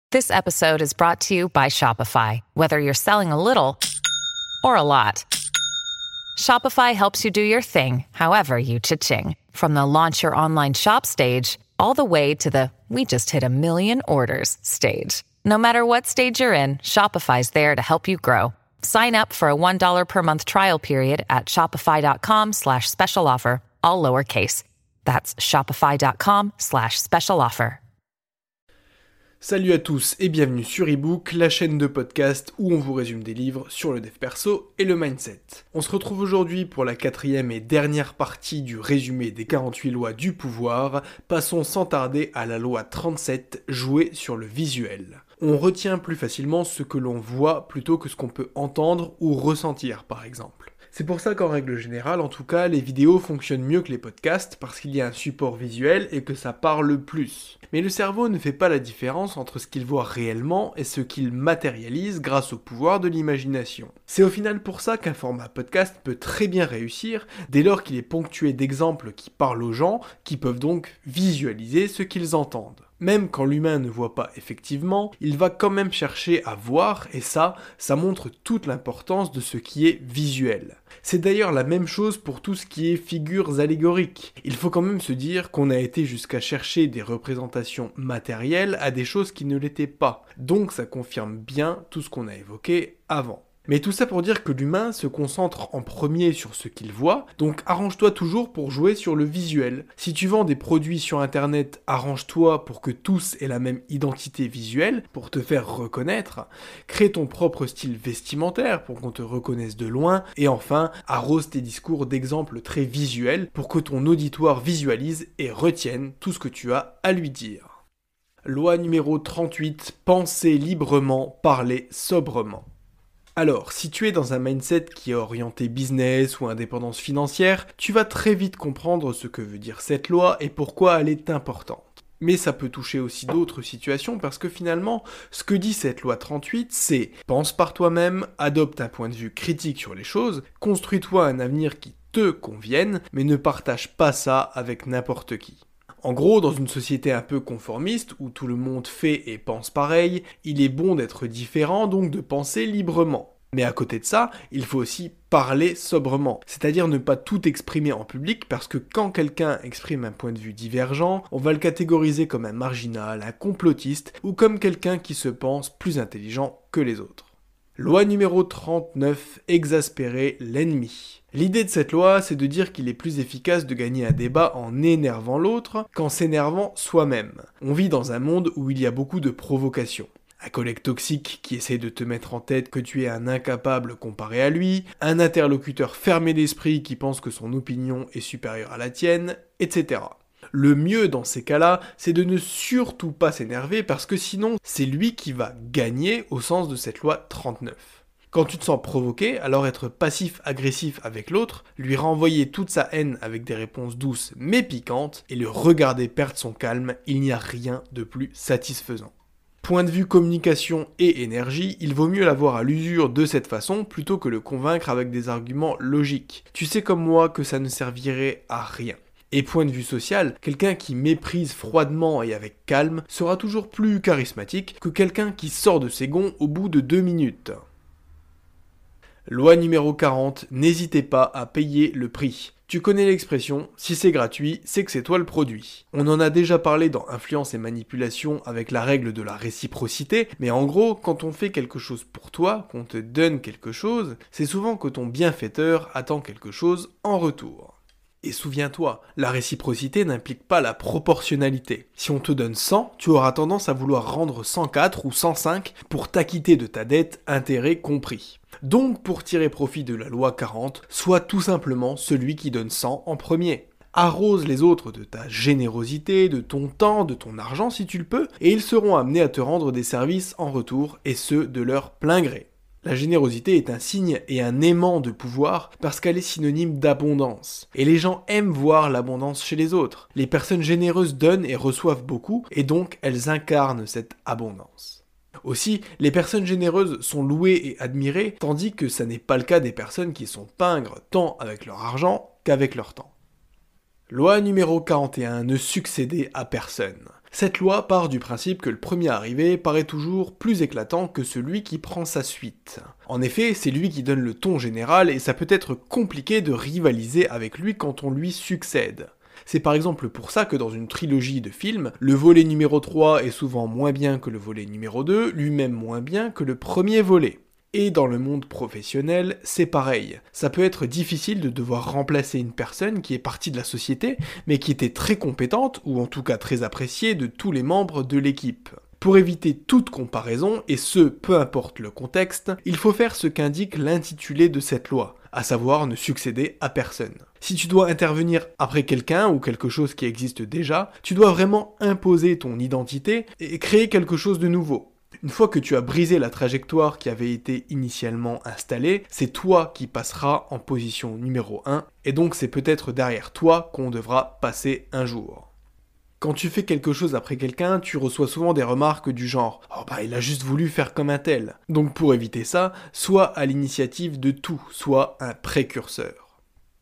This episode is brought to you by Shopify. Whether you're selling a little or a lot, Shopify helps you do your thing, however you cha-ching. From the launch your online shop stage, all the way to the we just hit 1 million orders stage. No matter what stage you're in, Shopify's there to help you grow. Sign up for a $1 per month trial period at shopify.com/special offer, all lowercase. That's shopify.com/special offer. Salut à tous et bienvenue sur eBook, la chaîne de podcast où on vous résume des livres sur le dev perso et le mindset. On se retrouve aujourd'hui pour la 4e et dernière partie du résumé des 48 lois du pouvoir. Passons sans tarder à la loi 37, jouer sur le visuel. On retient plus facilement ce que l'on voit plutôt que ce qu'on peut entendre ou ressentir par exemple. C'est pour ça qu'en règle générale, en tout cas, les vidéos fonctionnent mieux que les podcasts parce qu'il y a un support visuel et que ça parle plus. Mais le cerveau ne fait pas la différence entre ce qu'il voit réellement et ce qu'il matérialise grâce au pouvoir de l'imagination. C'est au final pour ça qu'un format podcast peut très bien réussir dès lors qu'il est ponctué d'exemples qui parlent aux gens, qui peuvent donc visualiser ce qu'ils entendent. Même quand l'humain ne voit pas effectivement, il va quand même chercher à voir et ça montre toute l'importance de ce qui est visuel. C'est d'ailleurs la même chose pour tout ce qui est figures allégoriques. Il faut quand même se dire qu'on a été jusqu'à chercher des représentations matérielles à des choses qui ne l'étaient pas. Donc ça confirme bien tout ce qu'on a évoqué avant. Mais tout ça pour dire que l'humain se concentre en premier sur ce qu'il voit, donc arrange-toi toujours pour jouer sur le visuel. Si tu vends des produits sur internet, arrange-toi pour que tous aient la même identité visuelle, pour te faire reconnaître. Crée ton propre style vestimentaire pour qu'on te reconnaisse de loin, et enfin, arrose tes discours d'exemples très visuels pour que ton auditoire visualise et retienne tout ce que tu as à lui dire. Loi numéro 38, penser librement, parler sobrement. Alors, si tu es dans un mindset qui est orienté business ou indépendance financière, tu vas très vite comprendre ce que veut dire cette loi et pourquoi elle est importante. Mais ça peut toucher aussi d'autres situations parce que finalement, ce que dit cette loi 38, c'est « pense par toi-même, adopte un point de vue critique sur les choses, construis-toi un avenir qui te convienne, mais ne partage pas ça avec n'importe qui ». En gros, dans une société un peu conformiste, où tout le monde fait et pense pareil, il est bon d'être différent, donc de penser librement. Mais à côté de ça, il faut aussi parler sobrement, c'est-à-dire ne pas tout exprimer en public, parce que quand quelqu'un exprime un point de vue divergent, on va le catégoriser comme un marginal, un complotiste, ou comme quelqu'un qui se pense plus intelligent que les autres. Loi numéro 39, exaspérer l'ennemi. L'idée de cette loi, c'est de dire qu'il est plus efficace de gagner un débat en énervant l'autre qu'en s'énervant soi-même. On vit dans un monde où il y a beaucoup de provocations. Un collègue toxique qui essaie de te mettre en tête que tu es un incapable comparé à lui, un interlocuteur fermé d'esprit qui pense que son opinion est supérieure à la tienne, etc. Le mieux dans ces cas-là, c'est de ne surtout pas s'énerver parce que sinon, c'est lui qui va gagner au sens de cette loi 39. Quand tu te sens provoqué, alors être passif-agressif avec l'autre, lui renvoyer toute sa haine avec des réponses douces mais piquantes, et le regarder perdre son calme, il n'y a rien de plus satisfaisant. Point de vue communication et énergie, il vaut mieux l'avoir à l'usure de cette façon plutôt que le convaincre avec des arguments logiques. Tu sais comme moi que ça ne servirait à rien. Et point de vue social, quelqu'un qui méprise froidement et avec calme sera toujours plus charismatique que quelqu'un qui sort de ses gonds au bout de 2 minutes. Loi numéro 40, n'hésitez pas à payer le prix. Tu connais l'expression, si c'est gratuit, c'est que c'est toi le produit. On en a déjà parlé dans Influence et Manipulation avec la règle de la réciprocité, mais en gros, quand on fait quelque chose pour toi, qu'on te donne quelque chose, c'est souvent que ton bienfaiteur attend quelque chose en retour. Et souviens-toi, la réciprocité n'implique pas la proportionnalité. Si on te donne 100, tu auras tendance à vouloir rendre 104 ou 105 pour t'acquitter de ta dette, intérêt compris. Donc, pour tirer profit de la loi 40, sois tout simplement celui qui donne 100 en premier. Arrose les autres de ta générosité, de ton temps, de ton argent si tu le peux, et ils seront amenés à te rendre des services en retour, et ce, de leur plein gré. La générosité est un signe et un aimant de pouvoir parce qu'elle est synonyme d'abondance. Et les gens aiment voir l'abondance chez les autres. Les personnes généreuses donnent et reçoivent beaucoup, et donc elles incarnent cette abondance. Aussi, les personnes généreuses sont louées et admirées, tandis que ça n'est pas le cas des personnes qui sont pingres tant avec leur argent qu'avec leur temps. Loi numéro 41, ne succéder à personne. Cette loi part du principe que le premier arrivé paraît toujours plus éclatant que celui qui prend sa suite. En effet, c'est lui qui donne le ton général et ça peut être compliqué de rivaliser avec lui quand on lui succède. C'est par exemple pour ça que dans une trilogie de films, le volet numéro 3 est souvent moins bien que le volet numéro 2, lui-même moins bien que le premier volet. Et dans le monde professionnel, c'est pareil. Ça peut être difficile de devoir remplacer une personne qui est partie de la société, mais qui était très compétente, ou en tout cas très appréciée de tous les membres de l'équipe. Pour éviter toute comparaison, et ce, peu importe le contexte, il faut faire ce qu'indique l'intitulé de cette loi, à savoir ne succéder à personne. Si tu dois intervenir après quelqu'un ou quelque chose qui existe déjà, tu dois vraiment imposer ton identité et créer quelque chose de nouveau. Une fois que tu as brisé la trajectoire qui avait été initialement installée, c'est toi qui passeras en position numéro 1, et donc c'est peut-être derrière toi qu'on devra passer un jour. Quand tu fais quelque chose après quelqu'un, tu reçois souvent des remarques du genre « Oh bah il a juste voulu faire comme un tel ». Donc pour éviter ça, sois à l'initiative de tout, sois un précurseur.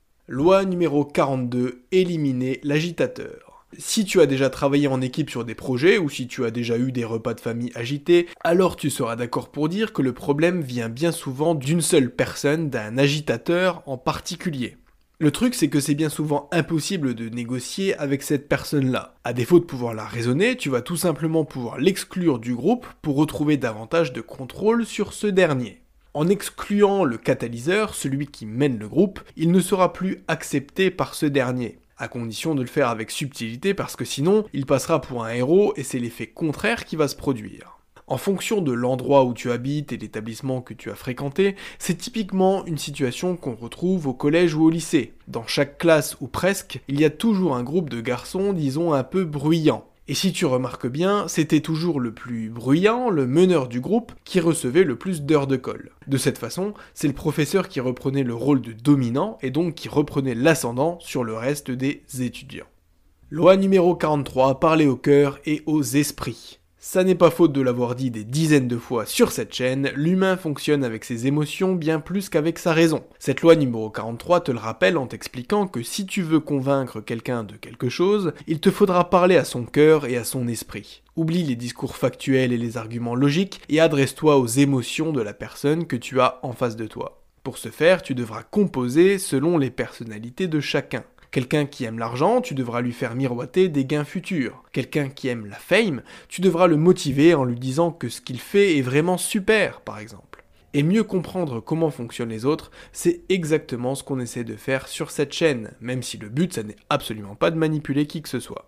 Loi numéro 42, éliminer l'agitateur. Si tu as déjà travaillé en équipe sur des projets ou si tu as déjà eu des repas de famille agités, alors tu seras d'accord pour dire que le problème vient bien souvent d'une seule personne, d'un agitateur en particulier. Le truc, c'est que c'est bien souvent impossible de négocier avec cette personne-là. À défaut de pouvoir la raisonner, tu vas tout simplement pouvoir l'exclure du groupe pour retrouver davantage de contrôle sur ce dernier. En excluant le catalyseur, celui qui mène le groupe, il ne sera plus accepté par ce dernier. À condition de le faire avec subtilité parce que sinon, il passera pour un héros et c'est l'effet contraire qui va se produire. En fonction de l'endroit où tu habites et l'établissement que tu as fréquenté, c'est typiquement une situation qu'on retrouve au collège ou au lycée. Dans chaque classe ou presque, il y a toujours un groupe de garçons, disons, un peu bruyants. Et si tu remarques bien, c'était toujours le plus bruyant, le meneur du groupe, qui recevait le plus d'heures de colle. De cette façon, c'est le professeur qui reprenait le rôle de dominant et donc qui reprenait l'ascendant sur le reste des étudiants. Loi numéro 43, parler au cœur et aux esprits. Ça n'est pas faute de l'avoir dit des dizaines de fois sur cette chaîne, l'humain fonctionne avec ses émotions bien plus qu'avec sa raison. Cette loi numéro 43 te le rappelle en t'expliquant que si tu veux convaincre quelqu'un de quelque chose, il te faudra parler à son cœur et à son esprit. Oublie les discours factuels et les arguments logiques et adresse-toi aux émotions de la personne que tu as en face de toi. Pour ce faire, tu devras composer selon les personnalités de chacun. Quelqu'un qui aime l'argent, tu devras lui faire miroiter des gains futurs. Quelqu'un qui aime la fame, tu devras le motiver en lui disant que ce qu'il fait est vraiment super, par exemple. Et mieux comprendre comment fonctionnent les autres, c'est exactement ce qu'on essaie de faire sur cette chaîne, même si le but, ça n'est absolument pas de manipuler qui que ce soit.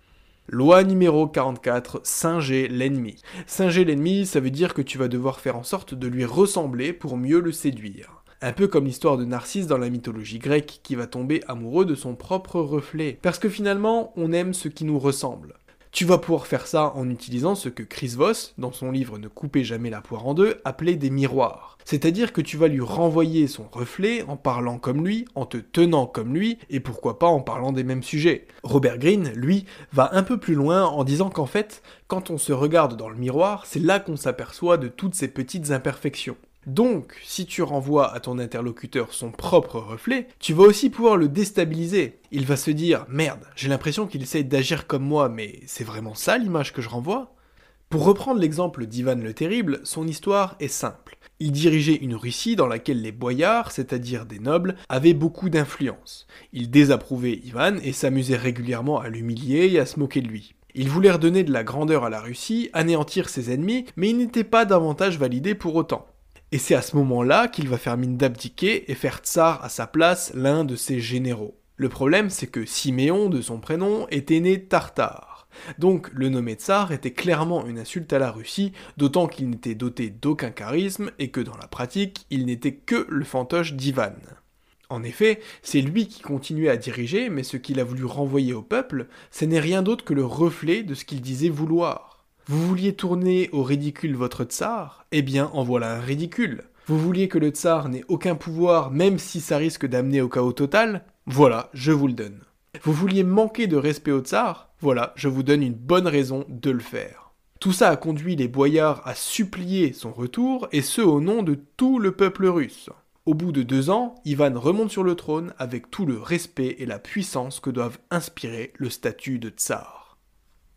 Loi numéro 44, singer l'ennemi. Singer l'ennemi, ça veut dire que tu vas devoir faire en sorte de lui ressembler pour mieux le séduire. Un peu comme l'histoire de Narcisse dans la mythologie grecque qui va tomber amoureux de son propre reflet. Parce que finalement, on aime ce qui nous ressemble. Tu vas pouvoir faire ça en utilisant ce que Chris Voss, dans son livre Ne coupez jamais la poire en deux, appelait des miroirs. C'est-à-dire que tu vas lui renvoyer son reflet en parlant comme lui, en te tenant comme lui, et pourquoi pas en parlant des mêmes sujets. Robert Greene, lui, va un peu plus loin en disant qu'en fait, quand on se regarde dans le miroir, c'est là qu'on s'aperçoit de toutes ces petites imperfections. Donc, si tu renvoies à ton interlocuteur son propre reflet, tu vas aussi pouvoir le déstabiliser. Il va se dire « Merde, j'ai l'impression qu'il essaye d'agir comme moi, mais c'est vraiment ça l'image que je renvoie ?» Pour reprendre l'exemple d'Ivan le Terrible, son histoire est simple. Il dirigeait une Russie dans laquelle les boyards, c'est-à-dire des nobles, avaient beaucoup d'influence. Il déapprouvait Ivan et s'amusait régulièrement à l'humilier et à se moquer de lui. Il voulait redonner de la grandeur à la Russie, anéantir ses ennemis, mais il n'était pas davantage validé pour autant. Et c'est à ce moment-là qu'il va faire mine d'abdiquer et faire tsar à sa place l'un de ses généraux. Le problème, c'est que Siméon, de son prénom, était né Tartare. Donc le nommer tsar était clairement une insulte à la Russie, d'autant qu'il n'était doté d'aucun charisme et que dans la pratique, il n'était que le fantoche d'Ivan. En effet, c'est lui qui continuait à diriger, mais ce qu'il a voulu renvoyer au peuple, ce n'est rien d'autre que le reflet de ce qu'il disait vouloir. Vous vouliez tourner au ridicule votre tsar ? Eh bien, en voilà un ridicule. Vous vouliez que le tsar n'ait aucun pouvoir, même si ça risque d'amener au chaos total ? Voilà, je vous le donne. Vous vouliez manquer de respect au tsar ? Voilà, je vous donne une bonne raison de le faire. Tout ça a conduit les boyards à supplier son retour, et ce au nom de tout le peuple russe. Au bout de 2 ans, Ivan remonte sur le trône avec tout le respect et la puissance que doivent inspirer le statut de tsar.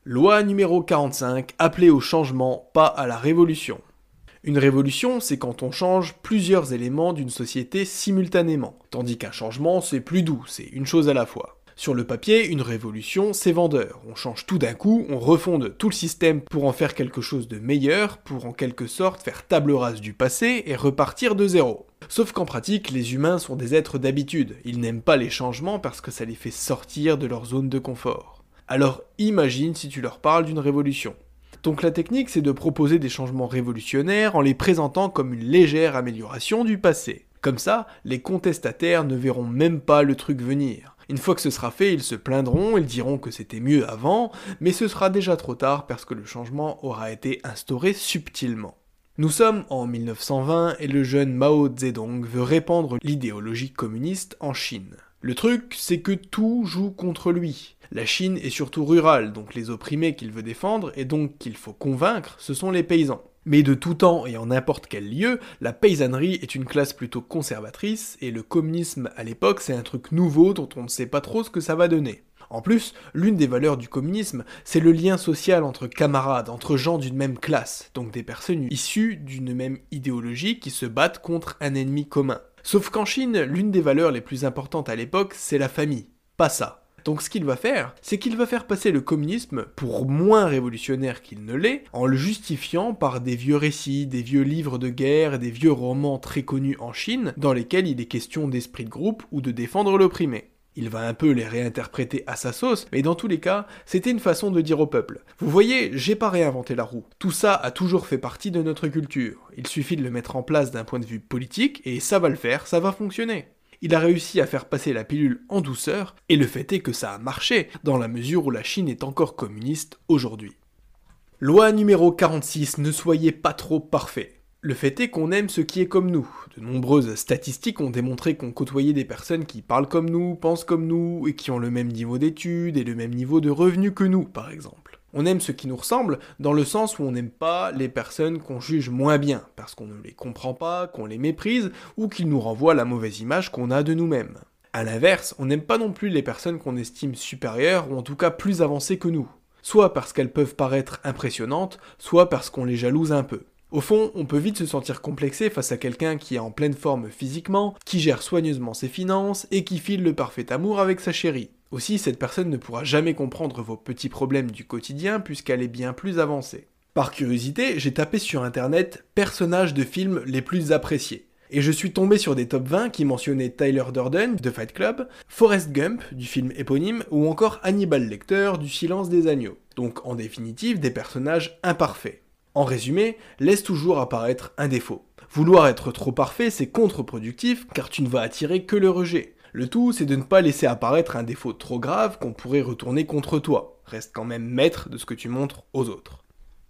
Loi numéro 45, appelée au changement, pas à la révolution. Une révolution, c'est quand on change plusieurs éléments d'une société simultanément, tandis qu'un changement, c'est plus doux, c'est une chose à la fois. Sur le papier, une révolution, c'est vendeur. On change tout d'un coup, on refonde tout le système pour en faire quelque chose de meilleur, pour en quelque sorte faire table rase du passé et repartir de zéro. Sauf qu'en pratique, les humains sont des êtres d'habitude. Ils n'aiment pas les changements parce que ça les fait sortir de leur zone de confort. Alors imagine si tu leur parles d'une révolution. Donc la technique, c'est de proposer des changements révolutionnaires en les présentant comme une légère amélioration du passé. Comme ça, les contestataires ne verront même pas le truc venir. Une fois que ce sera fait, ils se plaindront, ils diront que c'était mieux avant, mais ce sera déjà trop tard parce que le changement aura été instauré subtilement. Nous sommes en 1920 et le jeune Mao Zedong veut répandre l'idéologie communiste en Chine. Le truc, c'est que tout joue contre lui. La Chine est surtout rurale, donc les opprimés qu'il veut défendre et donc qu'il faut convaincre, ce sont les paysans. Mais de tout temps et en n'importe quel lieu, la paysannerie est une classe plutôt conservatrice et le communisme à l'époque c'est un truc nouveau dont on ne sait pas trop ce que ça va donner. En plus, l'une des valeurs du communisme, c'est le lien social entre camarades, entre gens d'une même classe, donc des personnes issues d'une même idéologie qui se battent contre un ennemi commun. Sauf qu'en Chine, l'une des valeurs les plus importantes à l'époque, c'est la famille, pas ça. Donc ce qu'il va faire, c'est qu'il va faire passer le communisme pour moins révolutionnaire qu'il ne l'est, en le justifiant par des vieux récits, des vieux livres de guerre et des vieux romans très connus en Chine, dans lesquels il est question d'esprit de groupe ou de défendre l'opprimé. Il va un peu les réinterpréter à sa sauce, mais dans tous les cas, c'était une façon de dire au peuple « Vous voyez, j'ai pas réinventé la roue. Tout ça a toujours fait partie de notre culture. Il suffit de le mettre en place d'un point de vue politique, et ça va le faire, ça va fonctionner. » Il a réussi à faire passer la pilule en douceur, et le fait est que ça a marché, dans la mesure où la Chine est encore communiste aujourd'hui. Loi numéro 46, ne soyez pas trop parfait. Le fait est qu'on aime ce qui est comme nous. De nombreuses statistiques ont démontré qu'on côtoyait des personnes qui parlent comme nous, pensent comme nous, et qui ont le même niveau d'études et le même niveau de revenus que nous, par exemple. On aime ce qui nous ressemble, dans le sens où on n'aime pas les personnes qu'on juge moins bien, parce qu'on ne les comprend pas, qu'on les méprise, ou qu'ils nous renvoient la mauvaise image qu'on a de nous-mêmes. À l'inverse, on n'aime pas non plus les personnes qu'on estime supérieures, ou en tout cas plus avancées que nous. Soit parce qu'elles peuvent paraître impressionnantes, soit parce qu'on les jalouse un peu. Au fond, on peut vite se sentir complexé face à quelqu'un qui est en pleine forme physiquement, qui gère soigneusement ses finances, et qui file le parfait amour avec sa chérie. Aussi, cette personne ne pourra jamais comprendre vos petits problèmes du quotidien puisqu'elle est bien plus avancée. Par curiosité, j'ai tapé sur internet « personnages de films les plus appréciés ». Et je suis tombé sur des top 20 qui mentionnaient Tyler Durden de Fight Club, Forrest Gump du film éponyme ou encore Hannibal Lecter du Silence des agneaux. Donc en définitive des personnages imparfaits. En résumé, laisse toujours apparaître un défaut. Vouloir être trop parfait, c'est contre-productif car tu ne vas attirer que le rejet. Le tout, c'est de ne pas laisser apparaître un défaut trop grave qu'on pourrait retourner contre toi. Reste quand même maître de ce que tu montres aux autres.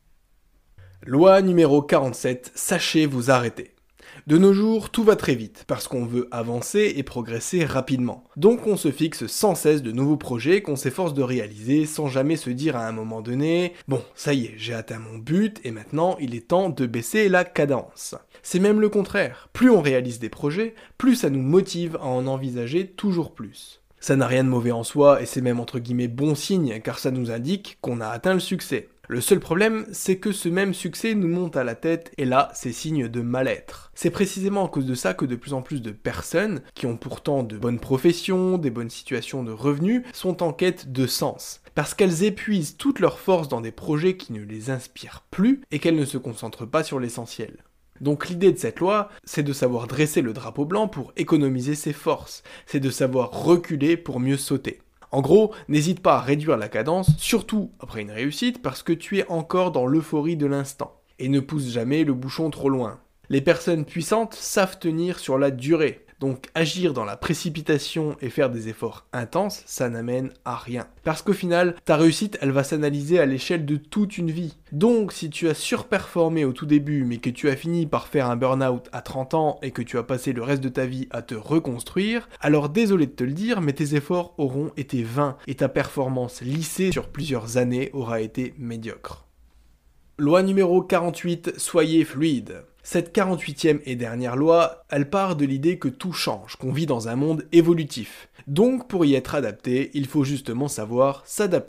Loi numéro 47, sachez vous arrêter. De nos jours, tout va très vite, parce qu'on veut avancer et progresser rapidement. Donc on se fixe sans cesse de nouveaux projets qu'on s'efforce de réaliser sans jamais se dire à un moment donné « Bon, ça y est, j'ai atteint mon but et maintenant il est temps de baisser la cadence ». C'est même le contraire. Plus on réalise des projets, plus ça nous motive à en envisager toujours plus. Ça n'a rien de mauvais en soi et c'est même entre guillemets bon signe car ça nous indique qu'on a atteint le succès. Le seul problème, c'est que ce même succès nous monte à la tête et là, c'est signe de mal-être. C'est précisément à cause de ça que de plus en plus de personnes, qui ont pourtant de bonnes professions, des bonnes situations de revenus, sont en quête de sens. Parce qu'elles épuisent toute leur force dans des projets qui ne les inspirent plus et qu'elles ne se concentrent pas sur l'essentiel. Donc l'idée de cette loi, c'est de savoir dresser le drapeau blanc pour économiser ses forces, c'est de savoir reculer pour mieux sauter. En gros, n'hésite pas à réduire la cadence, surtout après une réussite, parce que tu es encore dans l'euphorie de l'instant. Et ne pousse jamais le bouchon trop loin. Les personnes puissantes savent tenir sur la durée. Donc agir dans la précipitation et faire des efforts intenses, ça n'amène à rien. Parce qu'au final, ta réussite, elle va s'analyser à l'échelle de toute une vie. Donc si tu as surperformé au tout début, mais que tu as fini par faire un burn-out à 30 ans et que tu as passé le reste de ta vie à te reconstruire, alors désolé de te le dire, mais tes efforts auront été vains et ta performance lissée sur plusieurs années aura été médiocre. Loi numéro 48, soyez fluide. Cette 48e et dernière loi, elle part de l'idée que tout change, qu'on vit dans un monde évolutif. Donc pour y être adapté, il faut justement savoir s'adapter.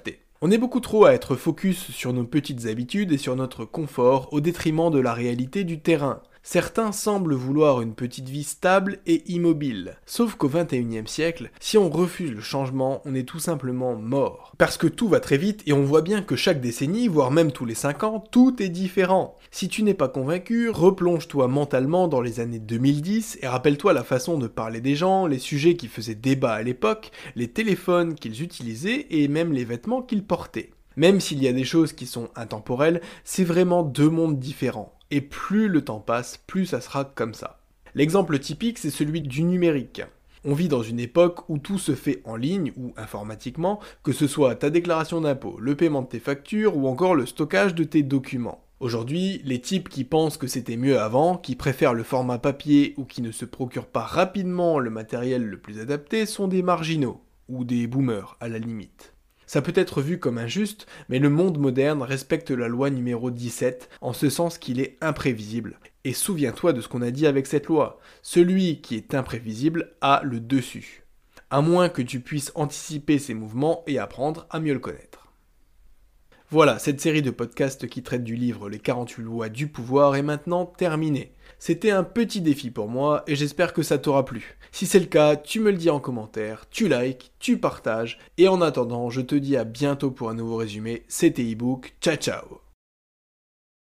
On est beaucoup trop à être focus sur nos petites habitudes et sur notre confort au détriment de la réalité du terrain. Certains semblent vouloir une petite vie stable et immobile. Sauf qu'au XXIe siècle, si on refuse le changement, on est tout simplement mort. Parce que tout va très vite et on voit bien que chaque décennie, voire même tous les 5 ans, tout est différent. Si tu n'es pas convaincu, replonge-toi mentalement dans les années 2010 et rappelle-toi la façon de parler des gens, les sujets qui faisaient débat à l'époque, les téléphones qu'ils utilisaient et même les vêtements qu'ils portaient. Même s'il y a des choses qui sont intemporelles, c'est vraiment deux mondes différents. Et plus le temps passe, plus ça sera comme ça. L'exemple typique, c'est celui du numérique. On vit dans une époque où tout se fait en ligne ou informatiquement, que ce soit ta déclaration d'impôt, le paiement de tes factures ou encore le stockage de tes documents. Aujourd'hui, les types qui pensent que c'était mieux avant, qui préfèrent le format papier ou qui ne se procurent pas rapidement le matériel le plus adapté sont des marginaux, ou des boomers à la limite. Ça peut être vu comme injuste, mais le monde moderne respecte la loi numéro 17, en ce sens qu'il est imprévisible. Et souviens-toi de ce qu'on a dit avec cette loi, celui qui est imprévisible a le dessus. À moins que tu puisses anticiper ses mouvements et apprendre à mieux le connaître. Voilà, cette série de podcasts qui traite du livre Les 48 lois du pouvoir est maintenant terminée. C'était un petit défi pour moi et j'espère que ça t'aura plu. Si c'est le cas, tu me le dis en commentaire, tu likes, tu partages et en attendant, je te dis à bientôt pour un nouveau résumé. C'était ebook, ciao ciao.